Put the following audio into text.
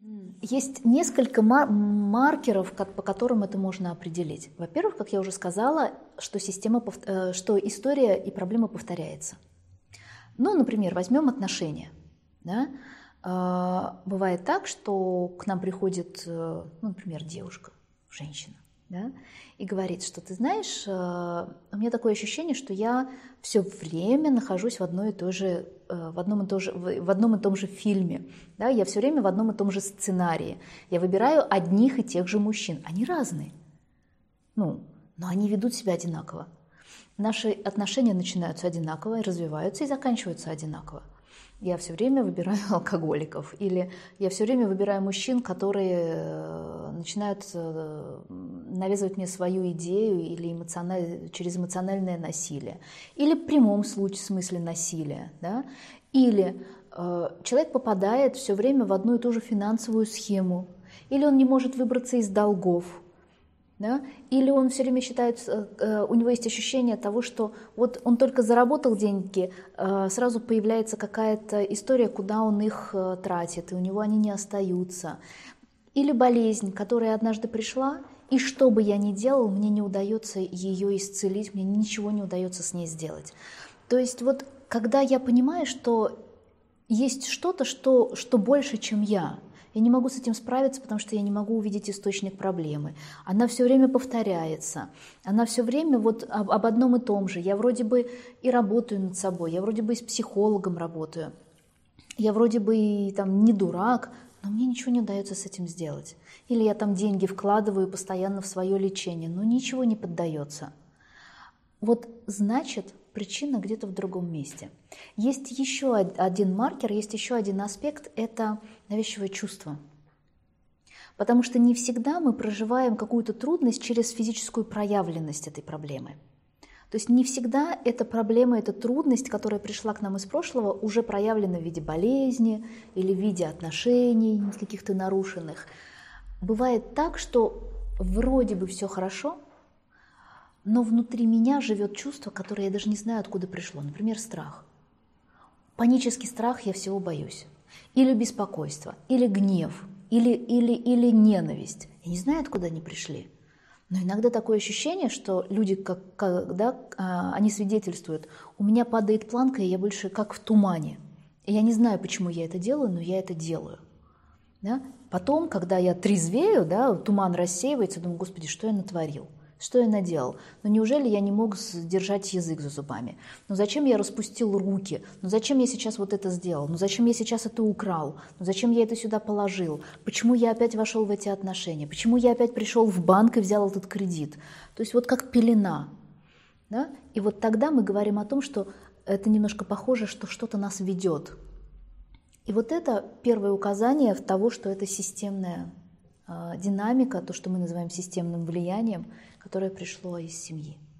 Есть несколько маркеров, по которым это можно определить. Во-первых, как я уже сказала, что что история и проблема повторяется. Ну, например, возьмем отношения. Да? Бывает так, что к нам приходит, ну, например, девушка, женщина, да, и говорит, что ты знаешь, у меня такое ощущение, что я все время нахожусь в одном и том же фильме, да, я все время в одном и том же сценарии, я выбираю одних и тех же мужчин, они разные, но они ведут себя одинаково. Наши отношения начинаются одинаково, развиваются и заканчиваются одинаково. Я все время выбираю алкоголиков, или я все время выбираю мужчин, которые начинают навязывать мне свою идею или через эмоциональное насилие, или в прямом смысле насилия, да? Или человек попадает все время в одну и ту же финансовую схему, или он не может выбраться из долгов. Да? Или он все время считает, у него есть ощущение того, что вот он только заработал деньги, сразу появляется какая-то история, куда он их тратит, и у него они не остаются. Или болезнь, которая однажды пришла, и что бы я ни делал, мне не удается ее исцелить, мне ничего не удается с ней сделать. То есть вот когда я понимаю, что есть что-то, что больше, чем я не могу с этим справиться, потому что я не могу увидеть источник проблемы. Она все время повторяется, она все время вот об одном и том же. Я вроде бы и работаю над собой, я вроде бы и с психологом работаю, я вроде бы и там не дурак, но мне ничего не удается с этим сделать. Или я там деньги вкладываю постоянно в свое лечение, но ничего не поддается. Вот значит, причина где-то в другом месте. Есть еще один маркер, есть еще один аспект – это навязчивое чувство. Потому что не всегда мы проживаем какую-то трудность через физическую проявленность этой проблемы. То есть не всегда эта проблема, эта трудность, которая пришла к нам из прошлого, уже проявлена в виде болезни или в виде отношений каких-то нарушенных. Бывает так, что вроде бы все хорошо, но внутри меня живет чувство, которое я даже не знаю, откуда пришло. Например, страх. Панический страх, я всего боюсь. Или беспокойство, или гнев, или ненависть. Я не знаю, откуда они пришли. Но иногда такое ощущение, что люди, они свидетельствуют, у меня падает планка, и я больше как в тумане. И я не знаю, почему я это делаю, но я это делаю. Да? Потом, когда я трезвею, да, туман рассеивается, думаю, Господи, что я натворил? Что я наделал? Ну неужели я не мог держать язык за зубами? Ну зачем я распустил руки? Ну зачем я сейчас вот это сделал? Ну зачем я сейчас это украл? Ну зачем я это сюда положил? Почему я опять вошел в эти отношения? Почему я опять пришел в банк и взял этот кредит? То есть вот как пелена. Да? И вот тогда мы говорим о том, что это немножко похоже, что что-то нас ведет. И вот это первое указание того, что это системная динамика, то, что мы называем системным влиянием, которое пришло из семьи.